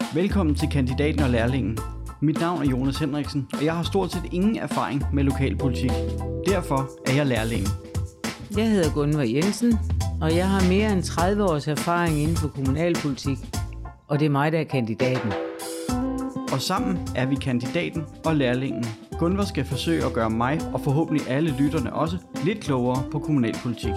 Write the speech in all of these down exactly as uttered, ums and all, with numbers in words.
Velkommen til Kandidaten og Lærlingen. Mit navn er Jonas Henriksen, og jeg har stort set ingen erfaring med lokalpolitik. Derfor er jeg lærlingen. Jeg hedder Gunvar Jensen, og jeg har mere end tredive års erfaring inden for kommunalpolitik. Og det er mig, der er kandidaten. Og sammen er vi kandidaten og lærlingen. Gunvar skal forsøge at gøre mig, og forhåbentlig alle lytterne også, lidt klogere på kommunalpolitik.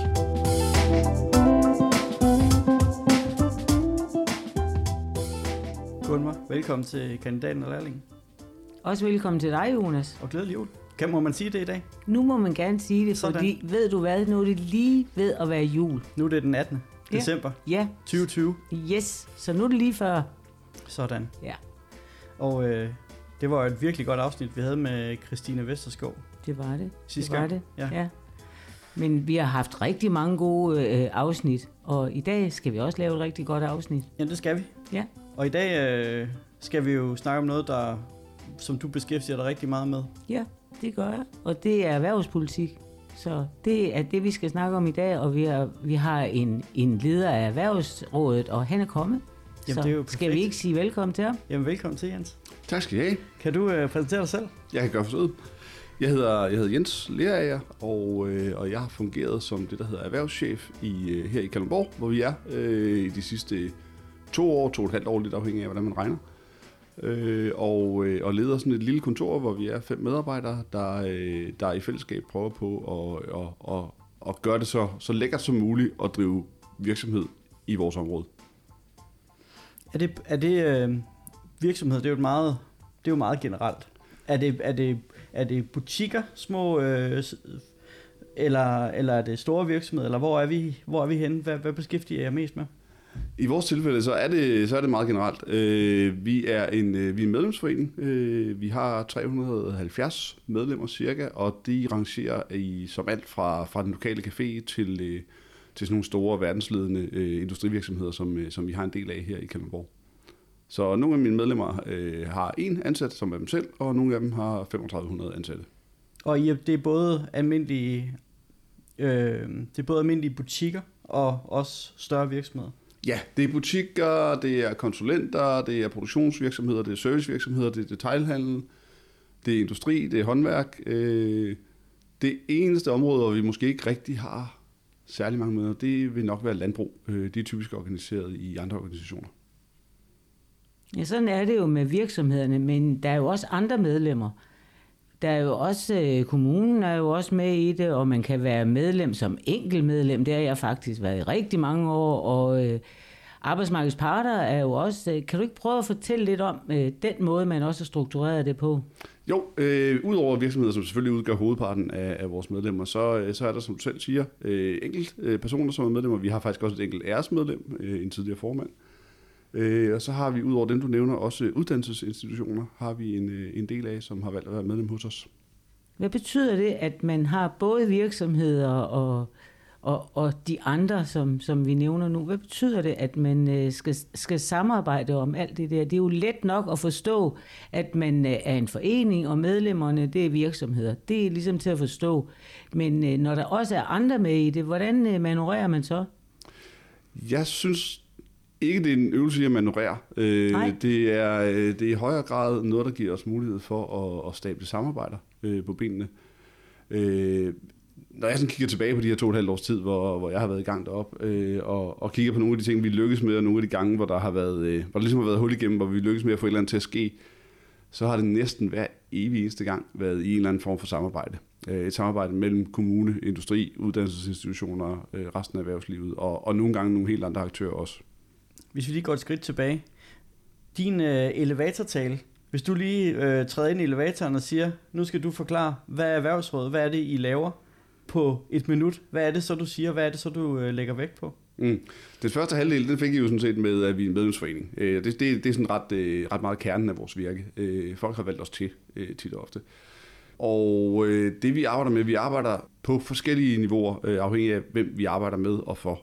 Gunvar, velkommen til kandidaten og lærlingen. Også velkommen til dig, Jonas. Og glædelig jul. Kan må man sige det i dag? Nu må man gerne sige det, Sådan. fordi ved du hvad, nu er det lige ved at være jul. Nu er det den attende Ja. december Ja, tyve tyve. yes. Så nu er det lige før. Sådan. Ja, Og øh, det var et virkelig godt afsnit, vi havde med Christine Vesterskov det var det. sidste det var gang. det. Ja. Ja. Men vi har haft rigtig mange gode øh, afsnit, og i dag skal vi også lave et rigtig godt afsnit. Ja, det skal vi. Ja. Og i dag øh, skal vi jo snakke om noget, der, som du beskæftiger dig rigtig meget med. Ja, det gør jeg. Og det er erhvervspolitik. Så det er det, vi skal snakke om i dag, og vi har, vi har en, en leder af Erhvervsrådet, og han er kommet. Jamen, Så det er jo skal vi perfekt. ikke sige velkommen til ham? Jamen, velkommen til, Jens. Tak skal I have. Kan du øh, præsentere dig selv? Jeg kan gøre forsøget. Jeg hedder, jeg hedder Jens Lerager, og, øh, og jeg har fungeret som det, der hedder erhvervschef i, øh, her i Kalundborg, hvor vi er øh, i de sidste to år, to og et halvt år, lidt afhængig af, hvordan man regner. Øh, og, øh, og leder sådan et lille kontor, hvor vi er fem medarbejdere, der, øh, der i fællesskab prøver på at og, og, og gøre det så, så lækkert som muligt at drive virksomhed i vores område. Er det, er det øh, virksomhed, det er jo et meget, det er jo meget generelt. Er det, er det, er det butikker, små, øh, eller, eller er det store virksomheder, eller hvor er vi, hvor er vi henne? Hvad, hvad beskæftiger jeg mest med? I vores tilfælde, så er det, så er det meget generelt. Øh, vi, er en, øh, vi er en medlemsforening. Øh, vi har tre hundrede og halvfjerds medlemmer cirka, og de rangerer i, som alt fra, fra den lokale café til, øh, til sådan nogle store verdensledende øh, industrivirksomheder, som, øh, som vi har en del af her i Kalundborg. Så nogle af mine medlemmer øh, har en ansat, som er dem selv, og nogle af dem har femogtredive hundrede ansatte. Og I, det er både almindelige, øh, det er både almindelige butikker og også større virksomheder. Ja, det er butikker, det er konsulenter, det er produktionsvirksomheder, det er servicevirksomheder, det er detailhandel, det er industri, det er håndværk. Øh, det eneste område, hvor vi måske ikke rigtig har særlig mange medlemmer, det vil nok være landbrug. Øh, de er typisk organiseret i andre organisationer. Ja, sådan er det jo med virksomhederne, men der er jo også andre medlemmer. Der er jo også, øh, kommunen er jo også med i det, og man kan være medlem som enkeltmedlem. Det har jeg faktisk været i rigtig mange år, og øh, arbejdsmarkedets parter er jo også... Øh, kan du ikke prøve at fortælle lidt om øh, den måde, man også har struktureret det på? Jo, øh, udover virksomheder, som selvfølgelig udgør hovedparten af, af vores medlemmer, så, øh, så er der, som du selv siger, øh, enkelt øh, personer, som er medlemmer. Vi har faktisk også et enkelt æresmedlem, øh, en tidligere formand. Øh, og så har vi, udover dem, du nævner, også uddannelsesinstitutioner, har vi en, øh, en del af, som har valgt at være medlem hos os. Hvad betyder det, at man har både virksomheder og, og, og de andre, som, som vi nævner nu? Hvad betyder det, at man øh, skal, skal samarbejde om alt det der? Det er jo let nok at forstå, at man øh, er en forening, og medlemmerne, det er virksomheder. Det er ligesom til at forstå. Men øh, når der også er andre med i det, hvordan øh, manøvrerer man så? Jeg synes ikke, det er en øvelse i at manøvrere. Øh, det, er, det er i højere grad noget, der giver os mulighed for at, at stable samarbejder øh, på benene. Øh, når jeg sådan kigger tilbage på de her to og et halvt års tid, hvor, hvor jeg har været i gang deroppe, øh, og, og kigger på nogle af de ting, vi lykkes med, og nogle af de gange, hvor der har været, øh, hvor der ligesom har været hul igennem, hvor vi lykkes med at få et eller andet til at ske, så har det næsten hver evig eneste gang været i en eller anden form for samarbejde. Øh, et samarbejde mellem kommune, industri, uddannelsesinstitutioner, øh, resten af erhvervslivet, og, og nogle gange nogle helt andre aktører også. Hvis vi lige går et skridt tilbage. Din øh, elevatortale. Hvis du lige øh, træder ind i elevatoren og siger, nu skal du forklare, hvad er erhvervsrådet, hvad er det, I laver på et minut? Hvad er det så, du siger? Hvad er det så, du øh, lægger vægt på? Mm. Den første halvdel, den fik I jo sådan set med, at vi er en medlemsforening. Øh, det, det, det er sådan ret, øh, ret meget kernen af vores virke. Øh, folk har valgt os til øh, tit og ofte. Og øh, det vi arbejder med, vi arbejder på forskellige niveauer, øh, afhængig af hvem vi arbejder med og for.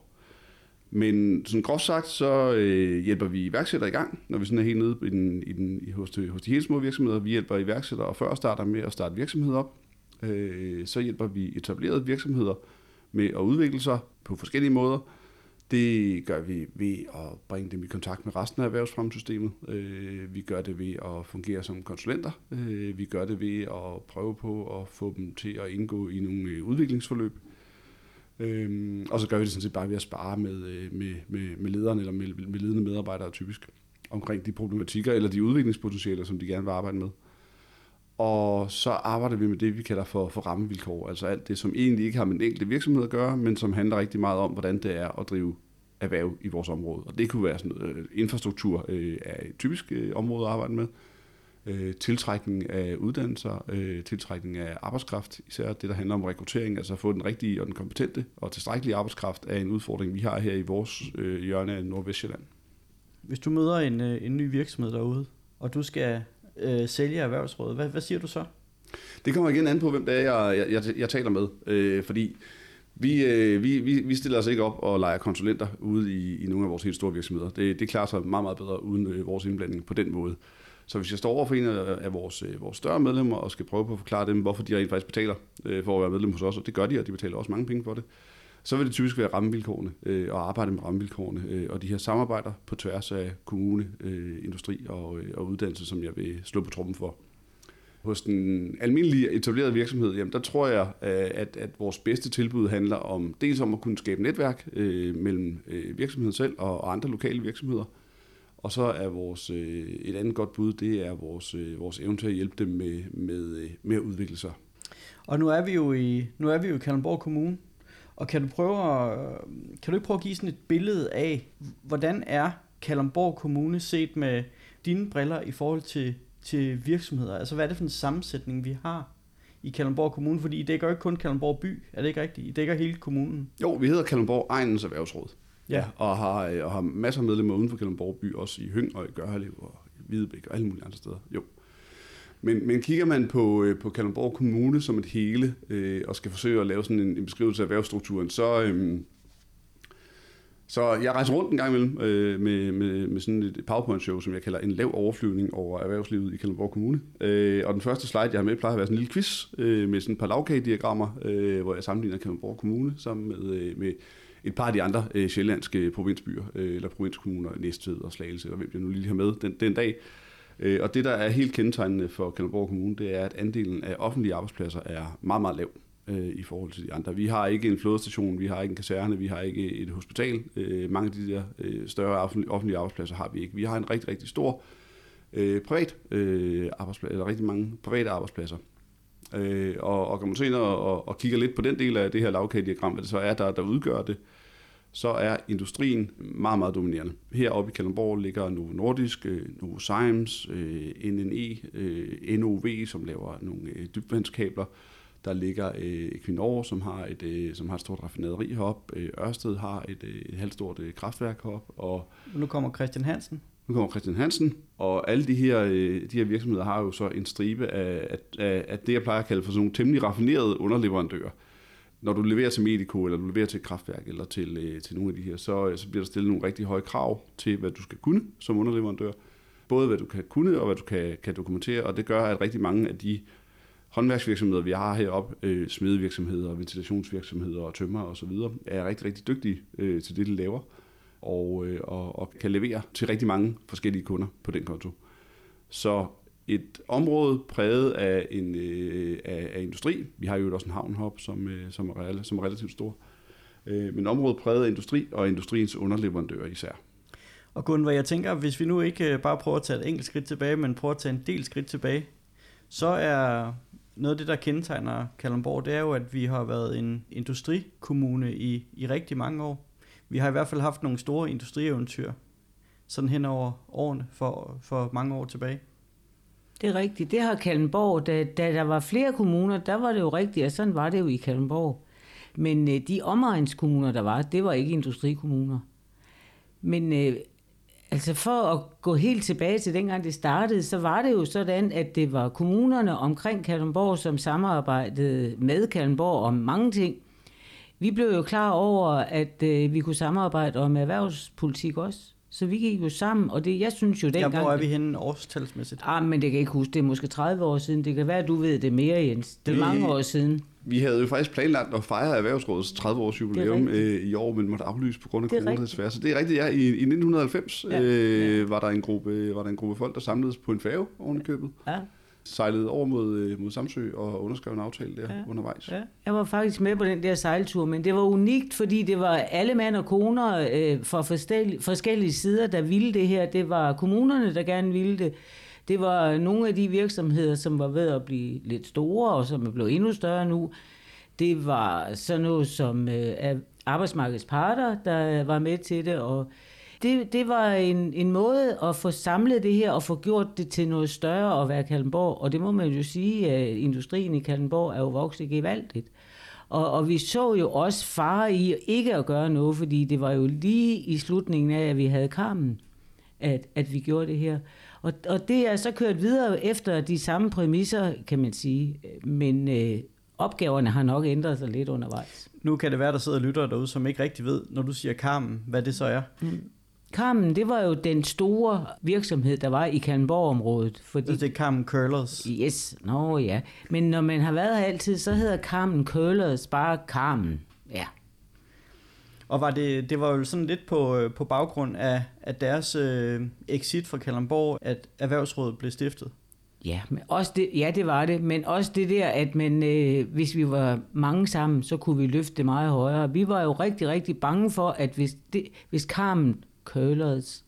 Men sådan groft sagt, så øh, hjælper vi iværksættere i gang, når vi sådan er helt nede i den, i den, i, hos, de, hos de helt små virksomheder. Vi hjælper iværksættere og før starter med at starte virksomheder op. Øh, så hjælper vi etablerede virksomheder med at udvikle sig på forskellige måder. Det gør vi ved at bringe dem i kontakt med resten af erhvervsfremmesystemet. Vi gør det ved at fungere som konsulenter. Vi gør det ved at prøve på at få dem til at indgå i nogle udviklingsforløb. Og så gør vi det sådan set bare ved at spare med, med, med, med lederne eller med, med ledende medarbejdere typisk omkring de problematikker eller de udviklingspotentialer, som de gerne vil arbejde med. Og så arbejder vi med det, vi kalder for, for rammevilkår, altså alt det, som egentlig ikke har med en enkelt virksomhed at gøre, men som handler rigtig meget om, hvordan det er at drive erhverv i vores område. Og det kunne være sådan noget, infrastruktur øh, er et typisk øh, område at arbejde med, øh, tiltrækning af uddannelser, øh, tiltrækning af arbejdskraft, især det, der handler om rekruttering, altså at få den rigtige og den kompetente og tilstrækkelige arbejdskraft, er en udfordring, vi har her i vores øh, hjørne af Nordvestjylland. Hvis du møder en, en ny virksomhed derude, og du skal øh, sælge erhvervsrådet, hvad, hvad siger du så? Det kommer igen an på, hvem det er, jeg, jeg, jeg taler med, øh, fordi vi, øh, vi, vi stiller os ikke op og leger konsulenter ude i, i nogle af vores helt store virksomheder. Det, det klarer sig meget, meget bedre uden øh, vores indblanding på den måde. Så hvis jeg står over for en af vores, vores større medlemmer og skal prøve på at forklare dem, hvorfor de rent faktisk betaler øh, for at være medlem hos os, og det gør de, og de betaler også mange penge for det, så vil det typisk være rammevilkårene øh, og arbejde med rammevilkårene øh, og de her samarbejder på tværs af kommune, øh, industri og, øh, og uddannelse, som jeg vil slå på trommen for. Hos den almindelige etablerede virksomhed, jamen der tror jeg, at, at vores bedste tilbud handler om dels om at kunne skabe netværk øh, mellem øh, virksomheden selv og, og andre lokale virksomheder. Og så er vores, øh, et andet godt bud, det er vores, øh, vores evne til at hjælpe dem med, med, med at udvikle sig. Og nu er vi jo i, nu er vi jo i Kalundborg Kommune. Og kan du prøve at, kan du ikke prøve at give sådan et billede af, hvordan er Kalundborg Kommune set med dine briller i forhold til, til virksomheder? Altså hvad er det for en sammensætning, vi har i Kalundborg Kommune? Fordi I dækker jo ikke kun Kalundborg by, er det ikke rigtigt? I dækker hele kommunen. Jo, vi hedder Kalundborg Egnens Erhvervsråd. Ja. Og har, og har masser af medlemmer uden for Kalundborg by, også i Høng og i Gørlev og Hvidebæk og alle mulige andre steder. Jo. Men, men kigger man på, på Kalundborg Kommune som et hele, øh, og skal forsøge at lave sådan en, en beskrivelse af erhvervsstrukturen, så, øh, så jeg rejser rundt en gang imellem øh, med, med, med sådan et PowerPoint-show, som jeg kalder en lav overflyvning over erhvervslivet i Kalundborg Kommune. Øh, og den første slide, jeg har med, plejer at være sådan en lille quiz øh, med sådan et par lavkagediagrammer, øh, hvor jeg sammenligner Kalundborg Kommune sammen med, øh, med et par af de andre øh, sjællandske provinsbyer, øh, eller provinskommuner, Næstved og Slagelse, og hvem jeg nu lige har med den, den dag. Og det, der er helt kendetegnende for Kalundborg Kommune, det er, at andelen af offentlige arbejdspladser er meget, meget lav øh, i forhold til de andre. Vi har ikke en flådestation, vi har ikke en kaserne, vi har ikke et hospital. Øh, mange af de der øh, større offentlige arbejdspladser har vi ikke. Vi har en rigtig, rigtig stor øh, privat øh, arbejdsplads, eller rigtig mange private arbejdspladser. Øh, og, og kan man se ind og, og kigger lidt på den del af det her lavkagediagram, hvad det så er, der, der udgør det, så er industrien meget, meget dominerende. Heroppe i Kalundborg ligger Novo Nordisk, Novozymes, N N E, N O V, som laver nogle dybvandskabler. Der ligger Equinor, som har et, som har et stort raffinaderi heroppe. Ørsted har et, et halvstort kraftværk heroppe. Og nu kommer Christian Hansen. Nu kommer Christian Hansen, og alle de her, de her virksomheder har jo så en stribe af, af, af det, jeg plejer at kalde for sådan nogle temmelig raffinerede underleverandører. Når du leverer til Medico, eller du leverer til et kraftværk, eller til, til nogle af de her, så, så bliver der stillet nogle rigtig høje krav til, hvad du skal kunne som underleverandør. Både hvad du kan kunne, og hvad du kan, kan dokumentere, og det gør, at rigtig mange af de håndværksvirksomheder, vi har heroppe, øh, smedevirksomheder, ventilationsvirksomheder og tømmer og så videre, er rigtig, rigtig dygtige øh, til det, de laver, og, øh, og, og kan levere til rigtig mange forskellige kunder på den konto. Så et område præget af, en, øh, af, af industri. Vi har jo også en havn heroppe, som, øh, som, er, som er relativt stor. Øh, men området præget af industri og industriens underleverandører især. Og Gunvar, jeg tænker, hvis vi nu ikke bare prøver at tage et enkelt skridt tilbage, men prøver at tage en del skridt tilbage, så er noget af det, der kendetegner Kalundborg, det er jo, at vi har været en industrikommune i, i rigtig mange år. Vi har i hvert fald haft nogle store industrieventyr, sådan hen over årene for, for mange år tilbage. Det er rigtigt. Det har Kalundborg, da, da der var flere kommuner, der var det jo rigtigt, og sådan var det jo i Kalundborg. Men øh, de omegnskommuner, der var, det var ikke industrikommuner. Men øh, altså for at gå helt tilbage til dengang det startede, så var det jo sådan, at det var kommunerne omkring Kalundborg, som samarbejdede med Kalundborg om mange ting. Vi blev jo klar over, at øh, vi kunne samarbejde om erhvervspolitik også. Så vi gik jo sammen, og det, jeg synes jo dengang... Ja, hvor er vi henne årstalsmæssigt? Ah, men det kan jeg ikke huske, det er måske tredive år siden. Det kan være, at du ved det mere, Jens. Det er mange år siden. Vi havde jo faktisk planlagt at fejre Erhvervsrådets tredive års jubilæum øh, i år, men måtte aflyse på grund af corona desværre. Så det er rigtigt, ja. I, i nitten halvfems ja. Øh, ja. Var, der en gruppe, var der en gruppe folk, der samledes på en færge oven i købet. Ja. Sejlede over mod, mod Samsø og underskrev en aftale der ja. undervejs. Ja. Jeg var faktisk med på den der sejltur, men det var unikt, fordi det var alle mand og koner øh, fra forskellige, forskellige sider, der ville det her. Det var kommunerne, der gerne ville det. Det var nogle af de virksomheder, som var ved at blive lidt store, og som er blevet endnu større nu. Det var sådan noget som øh, arbejdsmarkedets parter, der var med til det, og det, det var en, en måde at få samlet det her og få gjort det til noget større at være Kalundborg. Og det må man jo sige, at industrien i Kalundborg er jo vokset gevaldigt. Og, og vi så jo også fare i ikke at gøre noget, fordi det var jo lige i slutningen af, at vi havde Carmen, at, at vi gjorde det her. Og, og det er så kørt videre efter de samme præmisser, kan man sige. Men øh, opgaverne har nok ændret sig lidt undervejs. Nu kan det være, der sidder lyttere derude, som ikke rigtig ved, når du siger Carmen, hvad det så er. Mm. Carmen, det var jo den store virksomhed, der var i Kalundborg-området. Fordi... Det er Carmen Curlers. Yes, nå ja. Men når man har været her altid, så hedder Carmen Curlers bare Carmen. Ja. Og var det, det var jo sådan lidt på, på baggrund af, af deres øh, exit fra Kalundborg, at Erhvervsrådet blev stiftet? Ja, men også det, ja, det var det. Men også det der, at man, øh, hvis vi var mange sammen, så kunne vi løfte det meget højere. Vi var jo rigtig, rigtig bange for, at hvis, det, hvis Carmen Curlers,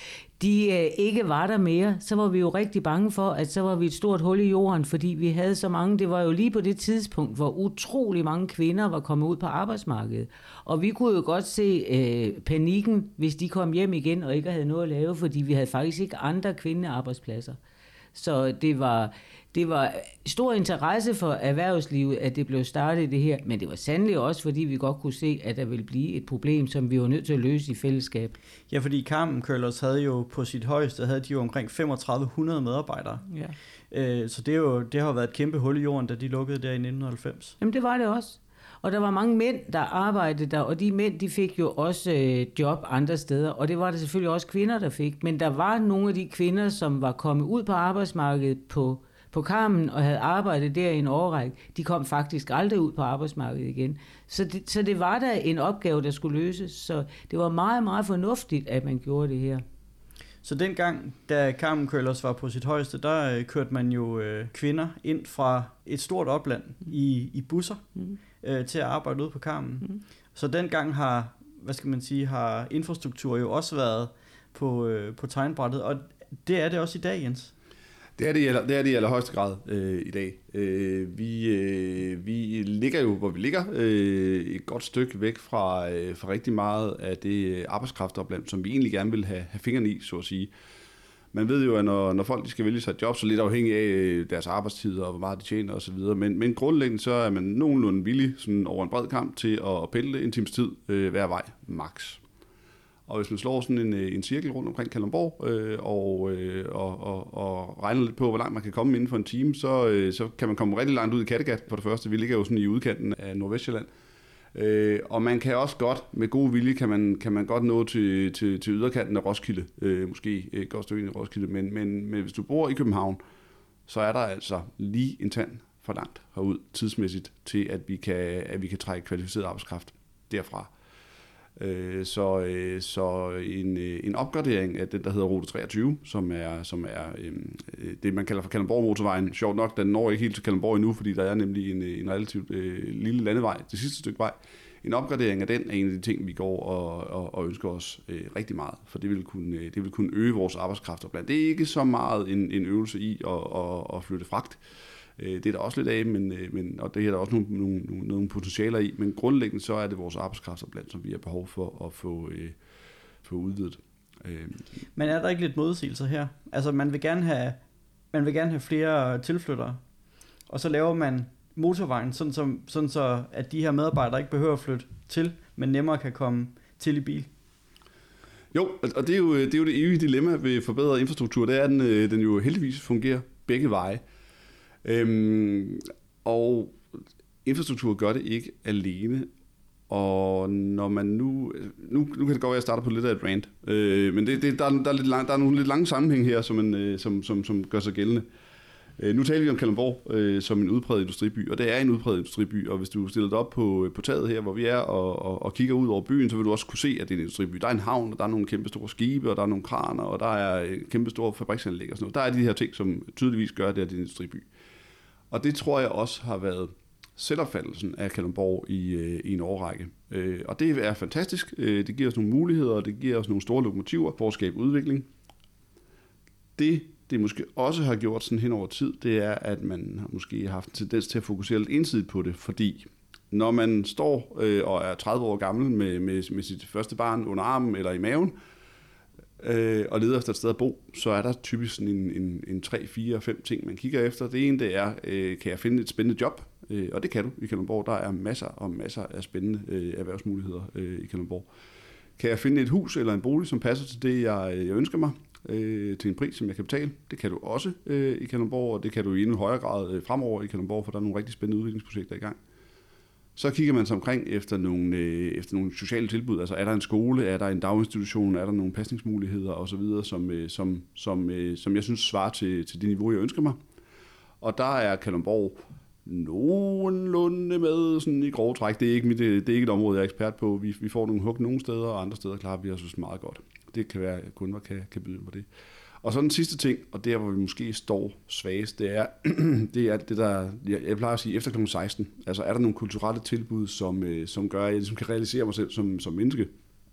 de øh, ikke var der mere, så var vi jo rigtig bange for, at så var vi et stort hul i jorden, fordi vi havde så mange, det var jo lige på det tidspunkt, hvor utrolig mange kvinder var kommet ud på arbejdsmarkedet. Og vi kunne jo godt se øh, panikken, hvis de kom hjem igen og ikke havde noget at lave, fordi vi havde faktisk ikke andre kvindearbejdspladser. Så det var, det var stor interesse for erhvervslivet, at det blev startet det her, men det var sandelig også, fordi vi godt kunne se, at der ville blive et problem, som vi var nødt til at løse i fællesskab. Ja, fordi Carmen Curlers havde jo på sit højeste, havde de jo omkring femogtredive hundrede medarbejdere. Ja. Så det, er jo, det har jo været et kæmpe hul i jorden, da de lukkede der i nitten halvfems. Jamen det var det også. Og der var mange mænd, der arbejdede der, og de mænd, de fik jo også øh, job andre steder, og det var der selvfølgelig også kvinder, der fik. Men der var nogle af de kvinder, som var kommet ud på arbejdsmarkedet på, på Carmen og havde arbejdet der i en årrække. De kom faktisk aldrig ud på arbejdsmarkedet igen. Så det, så det var der en opgave, der skulle løses. Så det var meget, meget fornuftigt, at man gjorde det her. Så dengang, da Carmen Curlers var på sit højeste, der øh, kørte man jo øh, kvinder ind fra et stort opland i, i busser mm. øh, til at arbejde ude på Carmen. Mm. Så dengang har, hvad skal man sige, har infrastruktur jo også været på, øh, på tegnbrættet, og det er det også i dag, Jens. Det er det i, aller, det er det i allerhøjeste grad øh, i dag. Øh, vi, øh, vi ligger jo, hvor vi ligger, øh, et godt stykke væk fra, øh, fra rigtig meget af det arbejdskraftopland, som vi egentlig gerne vil have, have fingrene i, så at sige. Man ved jo, at når, når folk de skal vælge sig et job, så er lidt afhængig af deres arbejdstider og hvor meget de tjener osv. Men, men grundlæggende så er man nogenlunde villig sådan over en bred kamp til at pendle en times tid øh, hver vej, max. Og hvis man slår sådan en, en cirkel rundt omkring Kalundborg øh, og, øh, og, og, og regner lidt på, hvor langt man kan komme inden for en time, så, øh, så kan man komme rigtig langt ud i Kattegat for det første. Vi ligger jo sådan i udkanten af Nordvestjylland. Øh, og man kan også godt, med god vilje, kan man, kan man godt nå til, til, til yderkanten af Roskilde. Øh, måske et godt stykke ind i Roskilde, men, men, men hvis du bor i København, så er der altså lige en tand for langt herud tidsmæssigt til, at vi kan, at vi kan trække kvalificeret arbejdskraft derfra. Så, så en, en opgradering af den, der hedder Rute treogtyve, som er, som er det, man kalder for Kalundborg-motorvejen. Sjovt nok, den når ikke helt til Kalundborg endnu, fordi der er nemlig en, en relativt øh, lille landevej, det sidste stykke vej. En opgradering af den er en af de ting, vi går og, og, og ønsker os øh, rigtig meget, for det vil, kunne, det vil kunne øge vores arbejdskraftopland. Det er ikke så meget en, en øvelse i at, at, at flytte fragt. Det er der også lidt af, men, men, og det er der også nogle, nogle, nogle potentialer i, men grundlæggende så er det vores arbejdskraftopland, som vi har behov for at få, øh, få udvidet. Men er der ikke lidt modsigelser her? Altså man vil gerne have, man vil gerne have flere tilflyttere, og så laver man motorvejen, sådan, som, sådan så at de her medarbejdere ikke behøver at flytte til, men nemmere kan komme til i bil. Jo, og det er jo det, er jo det evige dilemma ved forbedret infrastruktur, det er, at den, den jo heldigvis fungerer begge veje. Øhm, og infrastruktur gør det ikke alene, og når man nu, nu, nu kan det godt være, at jeg starter på lidt af et rant, øh, men det, det, der, der, er lidt lang, der er nogle lidt lange sammenhæng her, som, man, øh, som, som, som gør sig gældende. Nu taler vi om Kalundborg øh, som en udpræget industriby, og det er en udpræget industriby, og hvis du stiller dig op på, på taget her, hvor vi er, og, og, og kigger ud over byen, så vil du også kunne se, at det er en industriby. Der er en havn, og der er nogle kæmpe store skibe, og der er nogle kraner, og der er kæmpe store fabriksanlæg og sådan noget. Der er de her ting, som tydeligvis gør, at det er en industriby. Og det tror jeg også har været selvopfattelsen af Kalundborg i, øh, i en årrække. Øh, og det er fantastisk. Øh, det giver os nogle muligheder, og det giver os nogle store lokomotiver for at skabe udvikling. Det det måske også har gjort sådan hen over tid, det er, at man har måske haft en tendens til at fokusere lidt ensidigt på det, fordi når man står øh, og er tredive år gammel med, med, med sit første barn under armen eller i maven, øh, og leder efter et sted at bo, så er der typisk sådan en, en, en tre, fire, fem ting, man kigger efter. Det ene, det er, øh, kan jeg finde et spændende job? Øh, og det kan du i Kalundborg. Der er masser og masser af spændende øh, erhvervsmuligheder øh, i Kalundborg. Kan jeg finde et hus eller en bolig, som passer til det, jeg, jeg ønsker mig? Øh, til en pris, som jeg kan betale. Det kan du også øh, i Kalundborg, og det kan du i endnu højere grad øh, fremover i Kalundborg, for der er nogle rigtig spændende udviklingsprojekter i gang. Så kigger man sig omkring efter nogle, øh, efter nogle sociale tilbud. Altså er der en skole, er der en daginstitution, er der nogle pasningsmuligheder osv., som, øh, som, som, øh, som jeg synes svarer til, til det niveau, jeg ønsker mig. Og der er Kalundborg nogenlunde med sådan i grove træk. Det er ikke, mit, det er ikke et område, jeg er ekspert på. Vi, vi får nogle hug nogle steder, og andre steder klarer vi os meget godt. Det kan være, at kunder kan, kan byde på det. Og så den sidste ting, og der hvor vi måske står svagest, det er det, er det der, jeg, jeg plejer at sige, efter klokken seksten. Altså er der nogle kulturelle tilbud, som, som gør, at jeg ligesom kan realisere mig selv som, som menneske?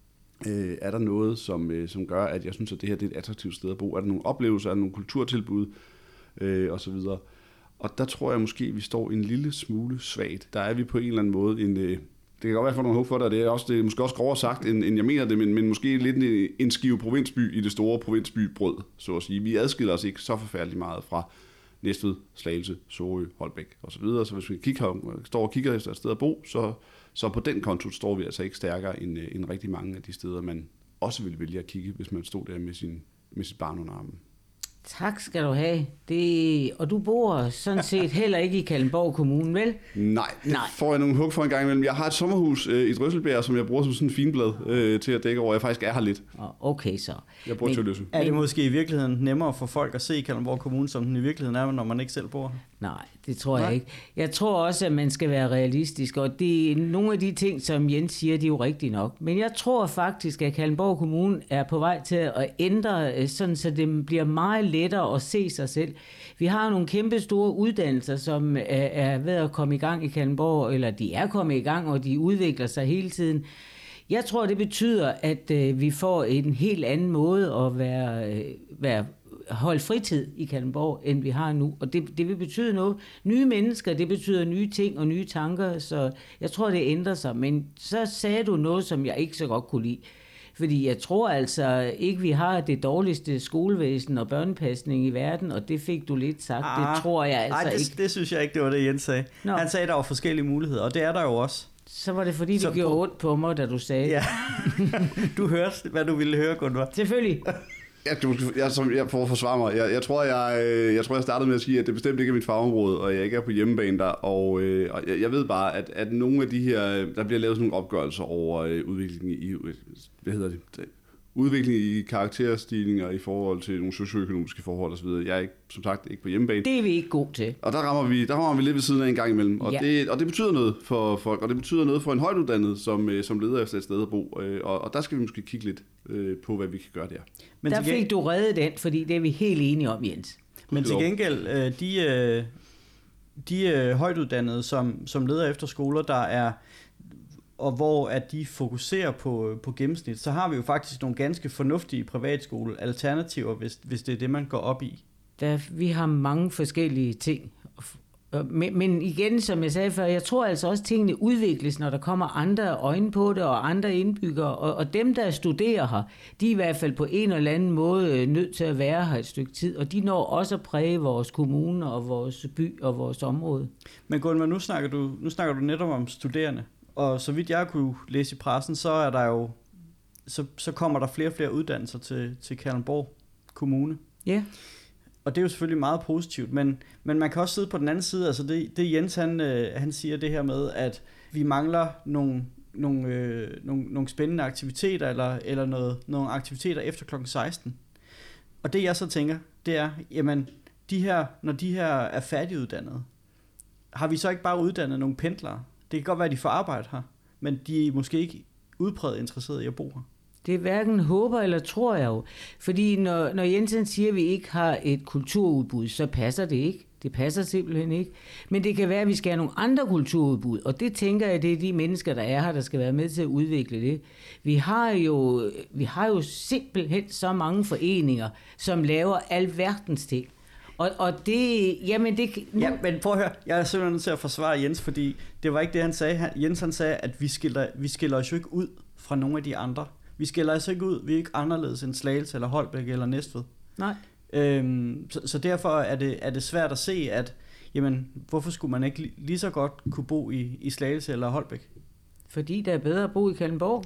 Øh, er der noget, som, som gør, at jeg synes, at det her det er et attraktivt sted at bo? Er der nogle oplevelser, er der nogle kulturtilbud, øh, og så videre? Og der tror jeg måske, at vi står en lille smule svagt. Der er vi på en eller anden måde en... Øh, det kan godt være, at jeg får nogle håb for dig, det er, også, det er måske også grovere sagt, end, end jeg mener det, men, men måske lidt en, en skive provinsby i det store provinsbybrød, så at sige. Vi adskiller os ikke så forfærdeligt meget fra Næstved, Slagelse, Sorø, Holbæk osv. Så, så hvis vi kigger, står og kigger efter et sted at bo, så, så på den konto står vi altså ikke stærkere end, end rigtig mange af de steder, man også ville vælge at kigge, hvis man stod der med, sin, med sit barn under armen. Tak skal du have. Det, og du bor sådan set heller ikke i Kalundborg Kommune, vel? Nej, det Nej. får jeg nogle hug for en gang imellem. Jeg har et sommerhus øh, i Drøsselbjerg, som jeg bruger som sådan en finblad øh, til at dække over. Jeg faktisk er her lidt. Okay, så. Jeg bor til Løse. Er det måske i virkeligheden nemmere for folk at se Kalundborg Kommune, som den i virkeligheden er, når man ikke selv bor? Nej, det tror Nej. jeg ikke. Jeg tror også, at man skal være realistisk, og det er nogle af de ting, som Jens siger, de er jo rigtige nok. Men jeg tror faktisk, at Kalundborg Kommune er på vej til at ændre, sådan så det bliver meget lettere at se sig selv. Vi har nogle kæmpe store uddannelser, som er ved at komme i gang i Kalundborg, eller de er kommet i gang, og de udvikler sig hele tiden. Jeg tror, det betyder, at vi får en helt anden måde at være, være holde fritid i Kalundborg, end vi har nu. Og det, det vil betyde noget. Nye mennesker, det betyder nye ting og nye tanker, så jeg tror, det ændrer sig. Men så sagde du noget, som jeg ikke så godt kunne lide. Fordi jeg tror altså ikke, vi har det dårligste skolevæsen og børnepasning i verden, og det fik du lidt sagt. Ah, det tror jeg altså ej, det, ikke. det synes jeg ikke, det var det, Jens sagde. Nå. Han sagde, der var forskellige muligheder, og det er der jo også. Så var det fordi, det gjorde ondt på mig, da du sagde ja. Du hørte, hvad du ville høre, Gunvar. Selvfølgelig. Jeg, du, jeg, som, jeg får forsvare mig. Jeg, jeg, tror, jeg, jeg tror, jeg startede med at sige, at det bestemt ikke er mit fagområde, og jeg ikke er på hjemmebane der. Og, øh, og jeg, jeg ved bare, at, at nogle af de her, der bliver lavet sådan nogle opgørelser over øh, udviklingen i, hvad hedder det, udvikling i karakterstigninger i forhold til nogle socioøkonomiske forhold osv. Jeg er ikke, som sagt ikke på hjemmebane. Det er vi ikke gode til. Og der rammer vi, der rammer vi lidt ved siden af en gang imellem. Og, ja. det, og det betyder noget for folk, og det betyder noget for en højtuddannet, som, som leder efter et sted at bo. Og, og der skal vi måske kigge lidt øh, på, hvad vi kan gøre der. Men der fik du reddet den, fordi det er vi helt enige om, Jens. Men til gengæld, de, de højtuddannede, som, som leder efter skoler, der er, og hvor at de fokuserer på, på gennemsnit, så har vi jo faktisk nogle ganske fornuftige privatskole-alternativer, hvis, hvis det er det, man går op i. Der, vi har mange forskellige ting. Men, men igen, som jeg sagde før, jeg tror altså også, at tingene udvikles, når der kommer andre øjne på det, og andre indbyggere. Og, og dem, der studerer her, de er i hvert fald på en eller anden måde nødt til at være her et stykke tid. Og de når også at præge vores kommune og vores by og vores område. Men Gunvar, nu snakker du, nu snakker du netop om studerende. Og så vidt jeg kunne læse i pressen, så er der jo så, så kommer der flere og flere uddannelser til, til Kalundborg Kommune. Ja. Yeah. Og det er jo selvfølgelig meget positivt, men, men man kan også sidde på den anden side. Altså det, det Jens han, øh, han siger det her med, at vi mangler nogle, nogle, øh, nogle, nogle spændende aktiviteter, eller, eller noget, nogle aktiviteter efter klokken seksten. Og det jeg så tænker, det er, jamen, de her, når de her er færdiguddannede, har vi så ikke bare uddannet nogle pendlere? Det kan godt være, at de får arbejde her, men de er måske ikke udpræget interesserede i at bo her. Det er hverken håber eller tror jeg jo. Fordi når, når Jensen siger, at vi ikke har et kulturudbud, så passer det ikke. Det passer simpelthen ikke. Men det kan være, at vi skal have nogle andre kulturudbud, og det tænker jeg, det er de mennesker, der er her, der skal være med til at udvikle det. Vi har jo, vi har jo simpelthen så mange foreninger, som laver alverdens ting. Og, og det, jamen det... Nu... Ja, men prøv at høre, jeg er simpelthen nødt til at forsvare Jens, fordi det var ikke det, han sagde. Jens han sagde, at vi skiller, vi skiller os jo ikke ud fra nogle af de andre. Vi skiller os ikke ud, vi er ikke anderledes end Slagelse eller Holbæk eller Næstved. Nej. Øhm, så, så derfor er det, er det svært at se, at jamen, hvorfor skulle man ikke lige så godt kunne bo i, i Slagelse eller Holbæk? Fordi det er bedre at bo i Kalundborg.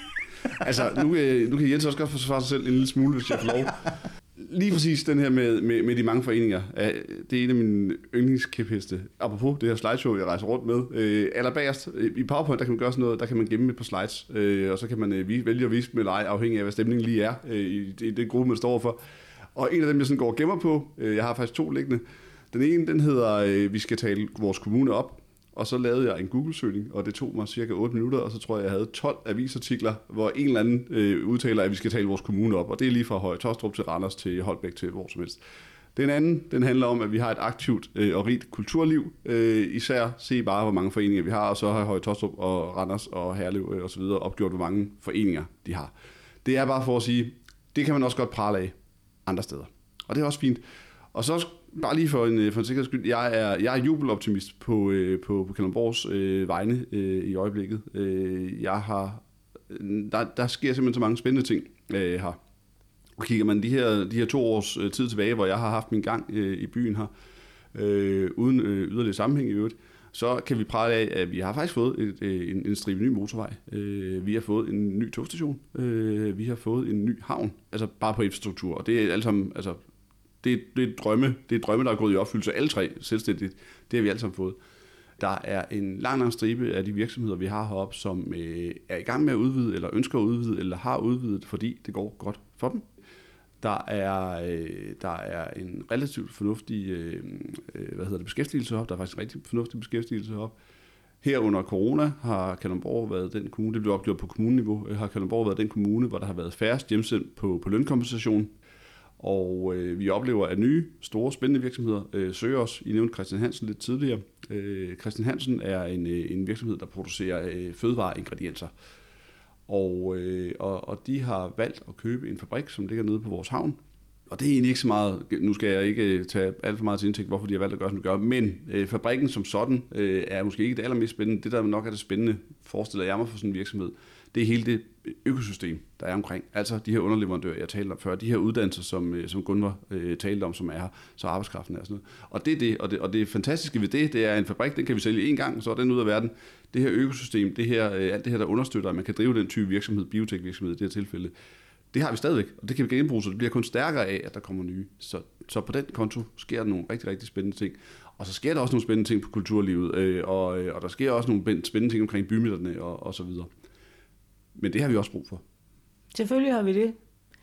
Altså, nu, nu kan Jens også godt forsvare sig selv en lille smule, hvis jeg får lov. Lige præcis den her med, med, med de mange foreninger, det er en af mine yndlingskæpheste. Apropos det her slideshow, jeg rejser rundt med. Øh, allerbagerst, i PowerPoint, der kan man gøre sådan noget, der kan man gemme et par slides, øh, og så kan man øh, vælge at vise med eller ej, afhængig af, hvad stemningen lige er øh, i, i den gruppe, man står for. Og en af dem, jeg sådan går og gemmer på, øh, jeg har faktisk to liggende. Den ene, den hedder, øh, vi skal tale vores kommune op. Og så lavede jeg en Google-søgning, og det tog mig cirka otte minutter, og så tror jeg, jeg havde tolv avisartikler, hvor en eller anden øh, udtaler, at vi skal tale vores kommune op. Og det er lige fra Høje Taastrup til Randers til Holbæk til hvor som helst. Den anden, den handler om, at vi har et aktivt øh, og rigt kulturliv. Øh, især se bare, hvor mange foreninger vi har, og så har Høje Taastrup og Randers og Herlev øh, og så videre opgjort, hvor mange foreninger de har. Det er bare for at sige, det kan man også godt prale af andre steder. Og det er også fint. Og så bare lige for en, for en sikkerheds skyld, jeg er, jeg er jubeloptimist på, øh, på, på Kalundborgs øh, vegne øh, i øjeblikket. Øh, jeg har, der, der sker simpelthen så mange spændende ting øh, her. Og kigger man de her, de her to års øh, tid tilbage, hvor jeg har haft min gang øh, i byen her, øh, uden øh, yderligere sammenhæng i øvrigt, så kan vi prale af, at vi har faktisk fået et, øh, en, en stribe ny motorvej. Øh, vi har fået en ny togstation. Øh, vi har fået en ny havn. Altså bare på infrastruktur. Og det er alle sammen... Altså, Det, det er drømme, det er drømme, der er gået i opfyldelse. Alle tre selvstændigt, det har vi alle sammen fået. Der er en lang, lang stribe af de virksomheder, vi har heroppe, som øh, er i gang med at udvide, eller ønsker at udvide, eller har udvidet, fordi det går godt for dem. Der er, øh, der er en relativt fornuftig øh, hvad hedder det, beskæftigelse heroppe. Der er faktisk en rigtig fornuftig beskæftigelse heroppe. Her under corona har Kalundborg været den kommune, det blev opgjort på kommuneniveau, har Kalundborg været den kommune, hvor der har været færrest hjemsendt på, på lønkompensation. Og øh, vi oplever, at nye, store, spændende virksomheder øh, søger os. I nævnte Christian Hansen lidt tidligere. Øh, Christian Hansen er en, øh, en virksomhed, der producerer øh, fødevareingredienser. Og, øh, og, og de har valgt at købe en fabrik, som ligger nede på vores havn. Og det er egentlig ikke så meget, nu skal jeg ikke tage alt for meget til indtægt, hvorfor de har valgt at gøre, som de gør, men øh, fabrikken som sådan øh, er måske ikke det allermest spændende. Det, der nok er det spændende, forestiller jeg mig for sådan en virksomhed, det er hele det økosystem, der er omkring. Altså de her underleverandører, jeg talte om før, de her uddannelser, som, som Gunvar øh, talte om, som er her, så arbejdskraften er sådan noget. Og det er det, og det, og det fantastiske ved det, det er en fabrik, den kan vi sælge én gang, så er den ud af verden. Det her økosystem, det her, øh, alt det her, der understøtter, at man kan drive den type virksomhed, biotekvirksomhed i det her tilfælde, det har vi stadigvæk, og det kan vi genbruge, så det bliver kun stærkere af, at der kommer nye. Så, så på den konto sker der nogle rigtig, rigtig spændende ting. Og så sker der også nogle spændende ting på kulturlivet, øh, og, og der sker også nogle spændende ting omkring bymidterne og, og så videre. Men det har vi også brug for. Selvfølgelig har vi det.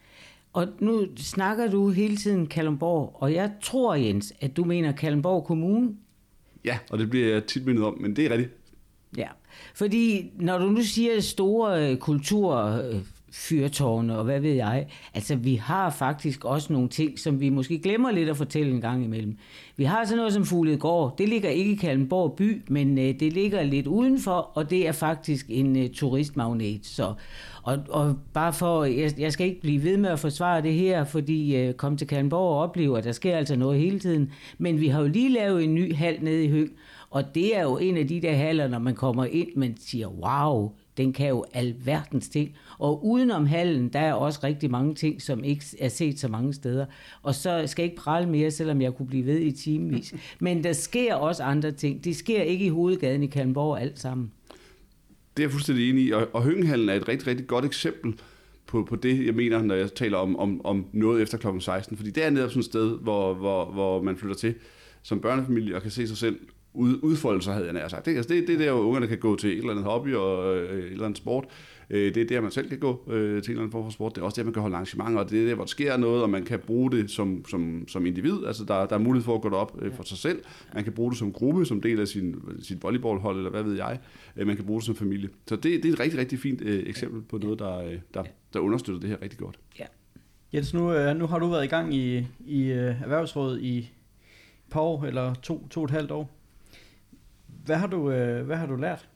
Og nu snakker du hele tiden Kalundborg, og jeg tror, Jens, at du mener Kalundborg Kommune. Ja, og det bliver jeg tit mindet om, men det er rigtigt. Ja, fordi når du nu siger store kulturfyrtårne og hvad ved jeg, altså vi har faktisk også nogle ting, som vi måske glemmer lidt at fortælle en gang imellem. Vi har sådan noget som Fugledgård. Det ligger ikke i Kalundborg by, men det ligger lidt udenfor, og det er faktisk en turistmagnet. Så, og, og bare for, jeg, jeg skal ikke blive ved med at forsvare det her, fordi kom til Kalundborg og opleve, at der sker altså noget hele tiden. Men vi har jo lige lavet en ny hal nede i Høng, og det er jo en af de der haller, når man kommer ind, man siger, wow, den kan jo alverdens ting. Og udenom hallen, der er også rigtig mange ting, som ikke er set så mange steder. Og så skal jeg ikke prale mere, selvom jeg kunne blive ved i timevis. Men der sker også andre ting. Det sker ikke i hovedgaden i Kalundborg alt sammen. Det er jeg fuldstændig enig i, og, og Hønghallen er et rigtig, rigtig godt eksempel på, på det, jeg mener, når jeg taler om, om, om noget efter klokken seksten. Fordi det er netop sådan et sted, hvor, hvor, hvor man flytter til som børnefamilie og kan se sig selv udfoldelser, havde jeg nær sagt. Det, altså det, det er der, hvor ungerne kan gå til et eller andet hobby og øh, et eller andet sport. Øh, det er der, man selv kan gå øh, til en eller anden form for sport. Det er også der, man kan holde arrangementer, og det er der, hvor der sker noget, og man kan bruge det som, som, som individ. Altså, der, der er mulighed for at gå derop øh, for sig selv. Man kan bruge det som gruppe, som del af sin, sin volleyballhold, eller hvad ved jeg. Øh, man kan bruge det som familie. Så det, det er et rigtig, rigtig fint øh, eksempel på noget, der, øh, der, der understøtter det her rigtig godt. Ja. Jens, nu, øh, nu har du været i gang i, i øh, Erhvervsrådet i et par år, eller to, to og et halvt år. Hvad har du, øh, hvad har du lært?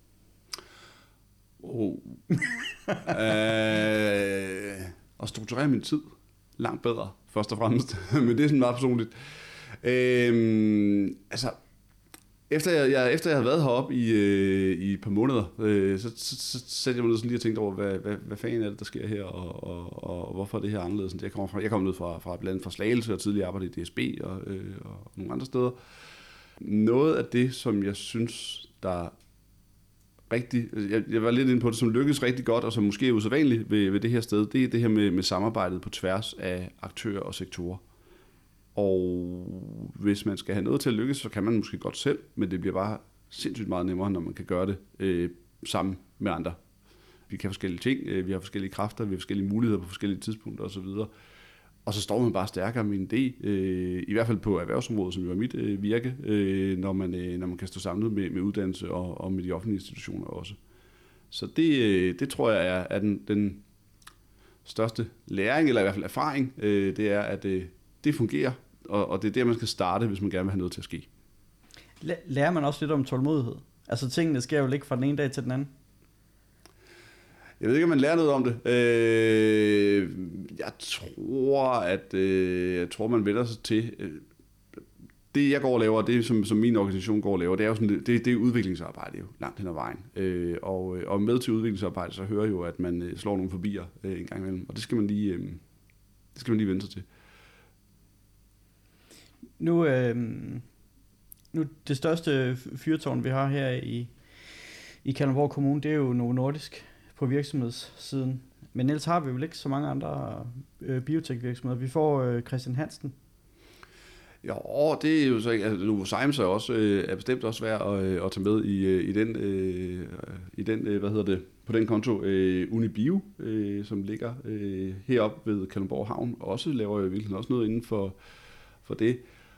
Oh. øh, at strukturere min tid langt bedre, først og fremmest. Men det er sådan meget personligt. Øh, altså, efter jeg, jeg, efter jeg havde været heroppe i, øh, i et par måneder, øh, så, så, så satte jeg mig ned sådan lige og tænkte over, hvad, hvad, hvad fanden er det, der sker her, og, og, og, og hvorfor er det her anderledes? Jeg kommer, fra, jeg kommer ned fra, fra blandt andet fra Slagelse, og tidligere arbejdede i D S B og, øh, og nogle andre steder. Noget af det, som jeg synes, der rigtig, jeg, jeg var lidt inde på det, som lykkedes rigtig godt, og som måske er usædvanligt ved, ved det her sted, det er det her med, med samarbejdet på tværs af aktører og sektorer. Og hvis man skal have noget til at lykkes, så kan man måske godt selv, men det bliver bare sindssygt meget nemmere, når man kan gøre det øh, sammen med andre. Vi kan forskellige ting, øh, vi har forskellige kræfter, vi har forskellige muligheder på forskellige tidspunkter osv. Og så står man bare stærkere med en idé, øh, i hvert fald på erhvervsområdet, som jo er mit øh, virke, øh, når, man, øh, når man kan stå samlet med, med uddannelse og, og med de offentlige institutioner også. Så det, øh, det tror jeg er, er den, den største læring, eller i hvert fald erfaring, øh, det er, at øh, det fungerer, og, og det er der, man skal starte, hvis man gerne vil have noget til at ske. Lærer man også lidt om tålmodighed? Altså tingene sker jo ikke fra den ene dag til den anden. Jeg ved ikke, om man lærer noget om det. Øh, jeg tror, at øh, jeg tror, man vender sig til. Øh, det, jeg går og laver, det som, som min organisation går og laver, det er jo sådan, det, det er udviklingsarbejde jo, langt hen ad vejen. Øh, og, og med til udviklingsarbejde, så hører jo, at man øh, slår nogle forbier øh, en gang imellem. Og det skal man lige, øh, det skal man lige vende sig til. Nu, øh, nu det største fyrtårn, vi har her i, i Kalundborg Kommune, det er jo Novo Nordisk på virksomhedssiden. Men ellers har vi vel ikke så mange andre øh, biotech-virksomheder. Vi får øh, Christian Hansen. Ja, det er jo så ikke, altså Novozymes er også øh, er bestemt også værd at, øh, at tage med i, øh, i den øh, i den øh, hvad hedder det, på den konto øh, Unibio, øh, som ligger øh, heroppe ved Kalundborg Havn, også laver jo virkelig også noget inden for for det.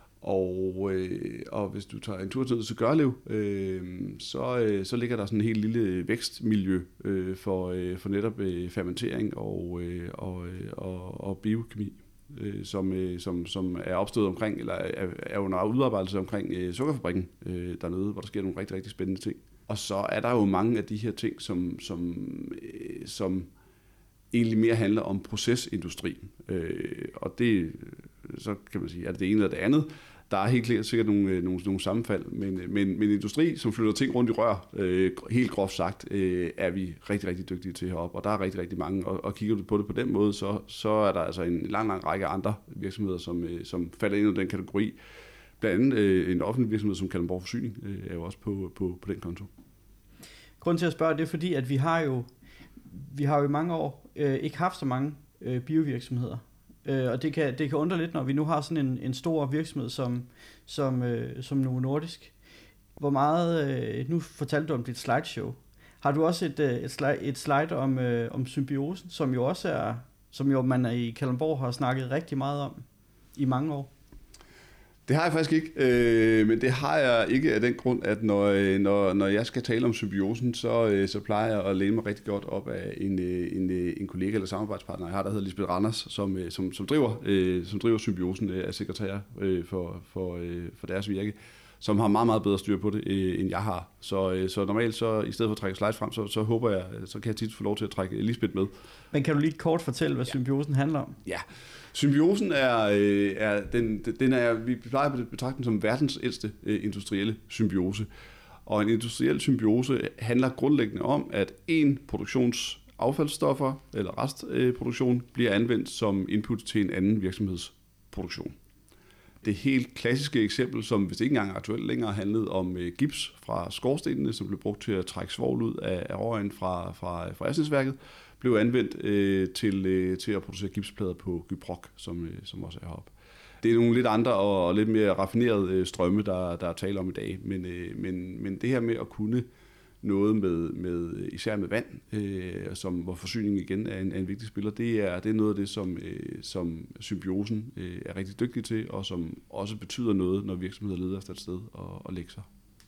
Og, øh, og hvis du tager en tur til Gørlev, øh, så, øh, så ligger der sådan en helt lille vækstmiljø øh, for, øh, for netop øh, fermentering og, øh, og, øh, og, og biokemi, øh, som, øh, som, som er opstået omkring, eller er, er under udarbejdelse omkring øh, sukkerfabrikken øh, dernede, hvor der sker nogle rigtig, rigtig spændende ting. Og så er der jo mange af de her ting, som, som, øh, som egentlig mere handler om procesindustrien. Øh, og det, så kan man sige, er det det ene eller det andet. Der er helt klart sikkert nogle, nogle, nogle sammenfald, men, men, men industri, som flytter ting rundt i rør, øh, helt groft sagt, øh, er vi rigtig, rigtig dygtige til heroppe, og der er rigtig, rigtig mange, og, og kigger du på det på den måde, så, så er der altså en lang, lang række andre virksomheder, som, øh, som falder ind i den kategori. Blandt andet øh, en offentlig virksomhed, som Kalundborg Forsyning, øh, er jo også på, på, på den konto. Grunden til at spørge, det er fordi, at vi har jo, vi har jo i mange år øh, ikke haft så mange øh, biovirksomheder. Øh, og det kan, det kan undre lidt, når vi nu har sådan en, en stor virksomhed som, som, øh, som Novo Nordisk. Hvor meget, øh, nu fortalte du om dit slideshow. Har du også et, øh, et, slide, et slide om, øh, om symbiosen, som jo også er, som jo man i Kalundborg har snakket rigtig meget om i mange år? Det har jeg faktisk ikke, øh, men det har jeg ikke af den grund, at når, når, når jeg skal tale om symbiosen, så, så plejer jeg at læne mig rigtig godt op af en, en, en kollega eller samarbejdspartner, jeg har, der hedder Lisbeth Randers, som, som, som, driver, øh, som driver symbiosen, er sekretær øh, for, for, øh, for deres virke, som har meget, meget bedre styr på det, øh, end jeg har. Så, øh, så normalt, så, i stedet for at trække slides frem, så, så håber jeg, så kan jeg tit få lov til at trække Lisbeth med. Men kan du lige kort fortælle, hvad symbiosen handler om? Ja. Symbiosen er, er, den, den er, vi plejer at betragte den som verdens ældste industrielle symbiose. Og en industriel symbiose handler grundlæggende om, at en produktionsaffaldsstoffer eller restproduktion bliver anvendt som input til en anden virksomhedsproduktion. Det helt klassiske eksempel, som hvis ikke engang er aktuelt længere, handlede om gips fra skorstenene, som blev brugt til at trække svovl ud af røgen fra, fra, fra Assensværket, blev anvendt øh, til, øh, til at producere gipsplader på Gyproc, som, øh, som også er heroppe. det er nogle lidt andre og, og lidt mere raffinerede strømme, der, der er tale om i dag. Men, øh, men, men det her med at kunne noget med, med især med vand, øh, som, hvor forsyning igen er en, er en vigtig spiller, det er, det er noget af det, som, øh, som symbiosen øh, er rigtig dygtig til, og som også betyder noget, når virksomheder leder efter et sted og, og lægger sig.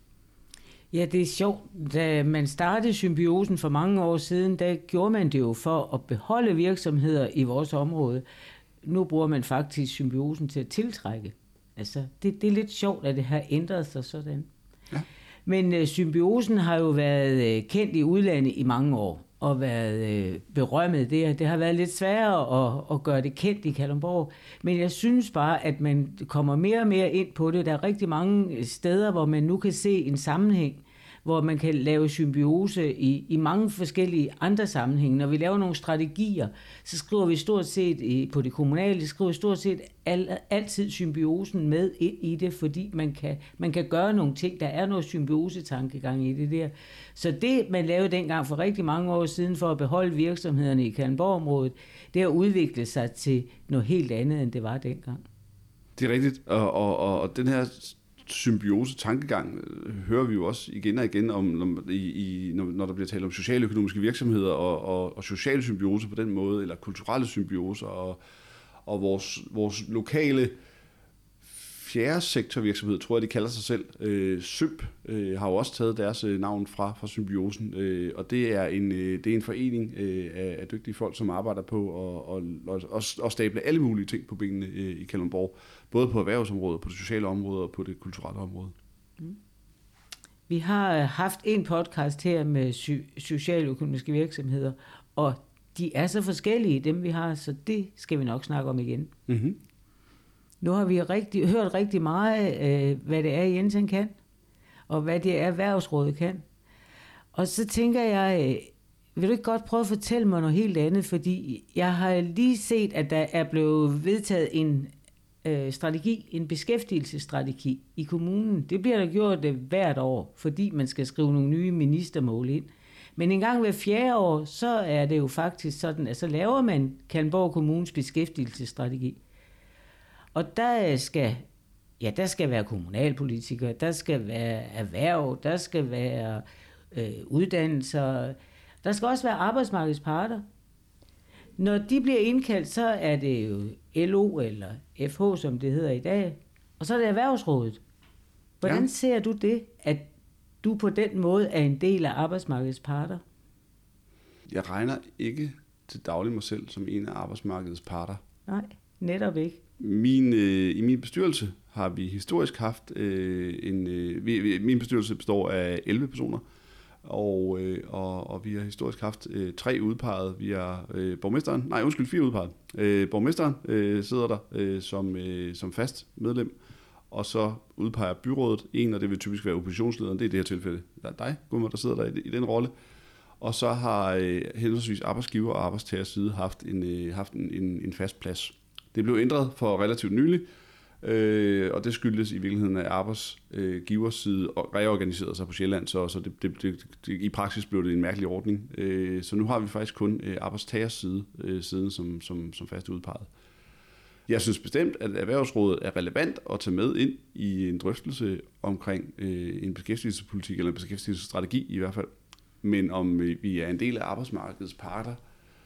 Ja, det er sjovt. Da man startede symbiosen for mange år siden, der gjorde man det jo for at beholde virksomheder i vores område. Nu bruger man faktisk symbiosen til at tiltrække. Altså, det, det er lidt sjovt, at det har ændret sig sådan. Ja. Men øh, symbiosen har jo været øh, kendt i udlandet i mange år, og været øh, berømmet. Det, det har været lidt sværere at, at gøre det kendt i Kalundborg. Men jeg synes bare, at man kommer mere og mere ind på det. Der er rigtig mange steder, hvor man nu kan se en sammenhæng, hvor man kan lave symbiose i, i mange forskellige andre sammenhænge. Når vi laver nogle strategier, så skriver vi stort set i, på det kommunale, skriver vi stort set al, altid symbiosen med ind i det, fordi man kan, man kan gøre nogle ting. Der er noget symbiosetankegang i det der. Så det, man lavede dengang for rigtig mange år siden for at beholde virksomhederne i Kalundborg-området, det har udviklet sig til noget helt andet, end det var dengang. Det er rigtigt, og, og, og den her symbiose-tankegang hører vi jo også igen og igen, om, når, i, når der bliver talt om socialøkonomiske virksomheder og, og, og social symbiose på den måde, eller kulturelle symbioser, og, og vores, vores lokale fjerde sektorvirksomhed, tror jeg, de kalder sig selv, øh, Symp, øh, har jo også taget deres øh, navn fra, fra symbiosen, øh, og det er en, øh, det er en forening øh, af, af dygtige folk, som arbejder på at og, og, og stable alle mulige ting på benene øh, i Kalundborg, både på erhvervsområdet, på det sociale område og på det kulturelle område. Mm. Vi har haft en podcast her med sy- socialøkonomiske virksomheder, og de er så forskellige, dem vi har, så det skal vi nok snakke om igen. Mm-hmm. Nu har vi rigtig, hørt rigtig meget, øh, hvad det er, Jensen kan, og hvad det er, Erhvervsrådet kan. Og så tænker jeg, øh, vil du ikke godt prøve at fortælle mig noget helt andet, fordi jeg har lige set, at der er blevet vedtaget en øh, strategi, en beskæftigelsesstrategi i kommunen. Det bliver der gjort øh, hvert år, fordi man skal skrive nogle nye ministermål ind. Men en gang hver fjerde år, så er det jo faktisk sådan, at så laver man Kalundborg Kommunes beskæftigelsesstrategi. Og der skal, ja, der skal være kommunalpolitikere, der skal være erhverv, der skal være øh, uddannelser, der skal også være arbejdsmarkedsparter. Når de bliver indkaldt, så er det jo L O eller F H, som det hedder i dag, og så er det Erhvervsrådet. Hvordan ja. ser du det, at du på den måde er en del af arbejdsmarkedets parter? Jeg regner ikke til daglig mig selv som en af arbejdsmarkedets parter. Nej, netop ikke. Min, øh, I min bestyrelse har vi historisk haft øh, en... Øh, vi, min bestyrelse består af elleve personer, og, øh, og, og vi har historisk haft øh, tre udpeget. Vi har øh, borgmesteren... Nej, undskyld, fire udpeget. Øh, borgmesteren øh, sidder der øh, som, øh, som fast medlem, og så udpeger byrådet en, og det vil typisk være oppositionslederen. Det er i det her tilfælde. Der er dig, Gummer, der sidder der i, i den rolle. Og så har øh, henholdsvis arbejdsgiver og arbejdstager side haft en, øh, haft en, en, en fast plads. Det blev ændret for relativt nylig, øh, og det skyldes i virkeligheden, at arbejdsgivers side reorganiserede sig på Sjælland, så, så det, det, det, det, i praksis blev det en mærkelig ordning. Øh, så nu har vi faktisk kun øh, arbejdstagers side, øh, siden som, som, som fast udpeget. Jeg synes bestemt, at Erhvervsrådet er relevant at tage med ind i en drøftelse omkring øh, en beskæftigelsespolitik, eller en beskæftigelsesstrategi i hvert fald. Men om vi er en del af arbejdsmarkedets parter,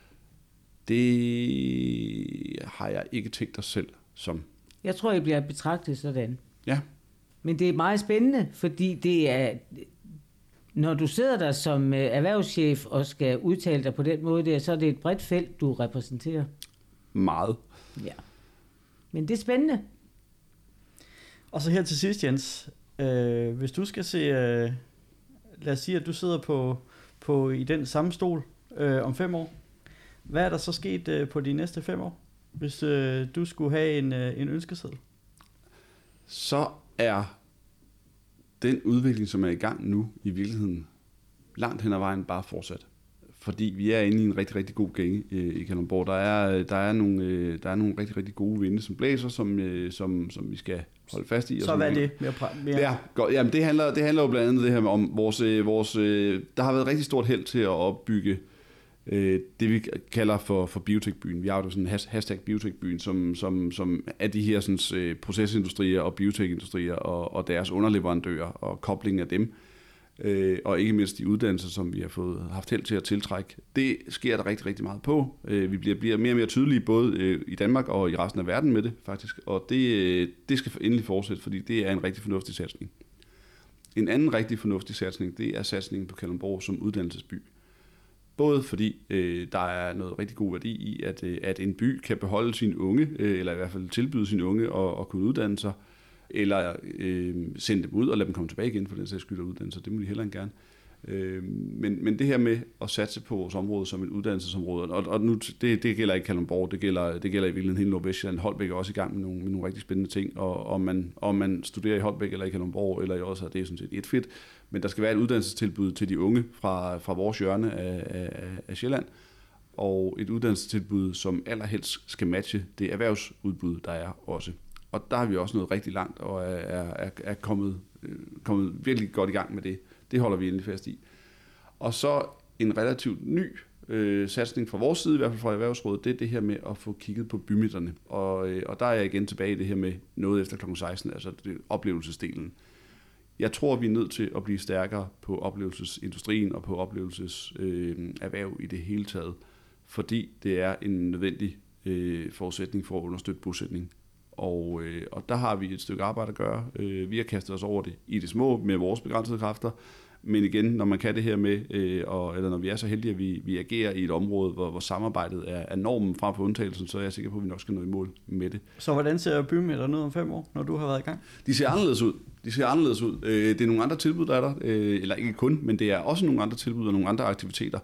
det har jeg ikke tænkt os selv som. Jeg tror, I bliver betragtet sådan. Ja. Men det er meget spændende, fordi det er, når du sidder der som erhvervschef og skal udtale dig på den måde der, så er det et bredt felt, du repræsenterer. Meget. Ja. Men det er spændende. Og så her til sidst, Jens. Øh, hvis du skal se... Øh, lad os sige, at du sidder på, på i den samme stol øh, om fem år. Hvad er der så sket øh, på de næste fem år, hvis øh, du skulle have en, øh, en ønskeseddel? Så er den udvikling, som er i gang nu, i virkeligheden langt hen ad vejen bare fortsat. Fordi vi er inde i en rigtig, rigtig god gænge øh, i Kalundborg. Der er, der, er nogle, øh, der er nogle rigtig, rigtig gode vinde, som blæser, som, øh, som, som vi skal holde fast i. Så hvad er det? Mere pra- mere... Ja, godt. Jamen, det handler, det handler jo blandt andet det her om vores... Øh, vores øh, der har været rigtig stort held til at opbygge øh, det vi kalder for, for biotekbyen. Vi har jo sådan en hashtag biotekbyen, som, som, som er de her sådan, øh, procesindustrier og biotekindustrier og, og deres underleverandører og koblingen af dem. Øh, og ikke mindst de uddannelser, som vi har fået haft held til at tiltrække. Det sker der rigtig, rigtig meget på. Øh, vi bliver, bliver mere og mere tydelige, både øh, i Danmark og i resten af verden med det, faktisk. Og det, øh, det skal endelig fortsætte, fordi det er en rigtig fornuftig satsning. En anden rigtig fornuftig satsning, det er satsningen på Kalundborg som uddannelsesby. Både fordi øh, der er noget rigtig god værdi i, at, øh, at en by kan beholde sine unge, øh, eller i hvert fald tilbyde sine unge at, at kunne uddanne sig, eller øh, sende dem ud og lade dem komme tilbage igen for den sags skyld og uddannelse. Det må de heller ikke gerne. Øh, men, men det her med at satse på vores område som et uddannelsesområde, og, og nu, det, det gælder ikke Kalundborg, det gælder, det gælder i virkeligheden hele Nordvestjylland. Holbæk er også i gang med nogle, med nogle rigtig spændende ting, og om man, om man studerer i Holbæk eller i Kalundborg, eller i også, det er sådan set et fedt, men der skal være et uddannelsestilbud til de unge fra, fra vores hjørne af, af, af Sjælland, og et uddannelsestilbud, som allerhelst skal matche det erhvervsudbud, der er også. Og der har vi også nået rigtig langt, og er, er, er kommet, øh, kommet virkelig godt i gang med det. Det holder vi endelig fast i. Og så en relativt ny øh, satsning fra vores side, i hvert fald fra Erhvervsrådet, det er det her med at få kigget på bymidterne. Og, øh, og der er jeg igen tilbage i det her med noget efter klokken seksten, altså det, oplevelsesdelen. Jeg tror, vi er nødt til at blive stærkere på oplevelsesindustrien og på oplevelseserhverv øh, i det hele taget, fordi det er en nødvendig øh, forudsætning for at understøtte bosætning. Og, øh, og der har vi et stykke arbejde at gøre. Øh, vi har kastet os over det i det små med vores begrænsede kræfter. Men igen, når man kan det her med, øh, og, eller når vi er så heldige, at vi, vi agerer i et område, hvor, hvor samarbejdet er, er normen frem for undtagelsen, så er jeg sikker på, at vi nok skal nå i mål med det. Så hvordan ser bymidterne ud om fem år, når du har været i gang? De ser anderledes ud. De ser anderledes ud. Øh, det er nogle andre tilbud, der er der. Øh, eller ikke kun, men det er også nogle andre tilbud og nogle andre aktiviteter,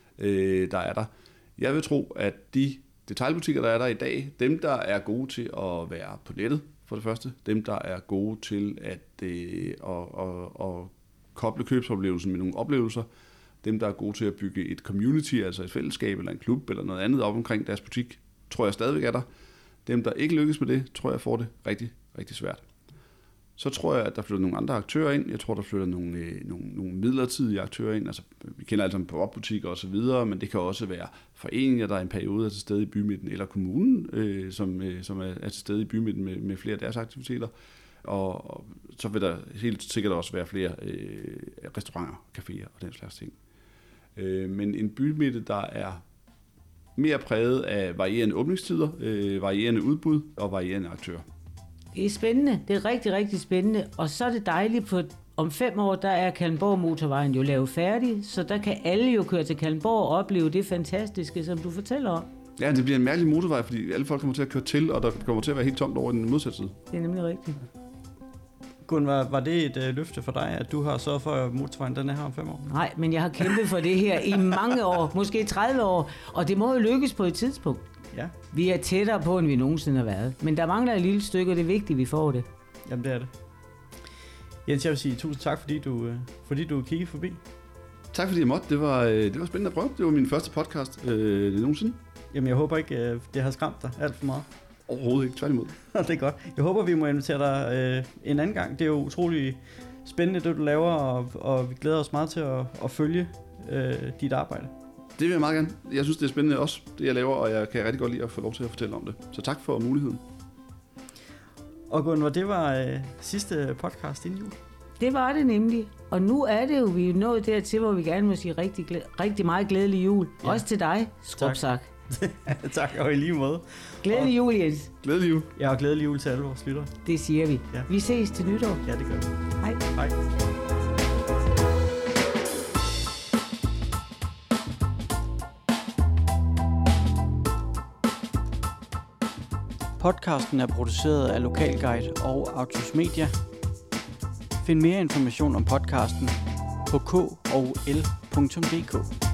øh, der er der. Jeg vil tro, at de detailbutikker, der er der i dag, dem, der er gode til at være på nettet, for det første. Dem, der er gode til at, øh, at, at, at koble købsoplevelsen med nogle oplevelser. Dem, der er gode til at bygge et community, altså et fællesskab eller en klub eller noget andet op omkring deres butik, tror jeg stadigvæk er der. Dem, der ikke lykkes med det, tror jeg får det rigtig, rigtig svært. Så tror jeg, at der flytter nogle andre aktører ind. Jeg tror, der flytter nogle, øh, nogle, nogle midlertidige aktører ind. Altså, vi kender altså på opbutikker og så videre, men det kan også være foreninger, der er en periode er til stede i bymidten, eller kommunen, øh, som, øh, som er, er til stede i bymidten med, med flere af deres aktiviteter. Og, og så vil der helt sikkert også være flere øh, restauranter, caféer og den slags ting. Øh, men en bymidte, der er mere præget af varierende åbningstider, øh, varierende udbud og varierende aktører. Det er spændende. Det er rigtig, rigtig spændende. Og så er det dejligt, for om fem år, der er Kalundborg Motorvejen jo lavet færdig, så der kan alle jo køre til Kalundborg og opleve det fantastiske, som du fortæller om. Ja, det bliver en mærkelig motorvej, fordi alle folk kommer til at køre til, og der kommer til at være helt tomt over i den modsatte side. Det er nemlig rigtigt. Gun, var, var det et øh, løfte for dig, at du har sørget for, at motorvejen den er her om fem år? Nej, men jeg har kæmpet for det her i mange år, måske tredive år, og det må jo lykkes på et tidspunkt. Ja. Vi er tættere på, end vi nogensinde har været. Men der mangler et lille stykke, og det er vigtigt, at vi får det. Jamen, det er det. Jens, jeg vil sige tusind tak, fordi du, fordi du kiggede forbi. Tak fordi jeg måtte. Det var, det var spændende at prøve. Det var min første podcast øh, nogensinde. Jamen, jeg håber ikke, det har skræmt dig alt for meget. Overhovedet ikke. Tværtimod. Det er godt. Jeg håber, vi må invitere dig øh, en anden gang. Det er jo utrolig spændende, det du laver, og, og vi glæder os meget til at, at følge øh, dit arbejde. Det vil jeg meget gerne. Jeg synes, det er spændende også, det jeg laver, og jeg kan rigtig godt lide at få lov til at fortælle om det. Så tak for muligheden. Og Gunvar, det var øh, sidste podcast inden jul. Det var det nemlig. Og nu er det jo, vi er nået dertil, hvor vi gerne må sige rigtig, rigtig meget glædelig jul. Ja. Også til dig, Skrubsak. Tak. Tak, og i lige måde. Glædelig og... jul, Jens. Glædelig jul. Ja, og glædelig jul til alle vores lyttere. Det siger vi. Ja. Vi ses til nytår. Ja, det gør vi. Hej. Hej. Podcasten er produceret af Lokalguide og Autos Media. Find mere information om podcasten på k o l punktum d k.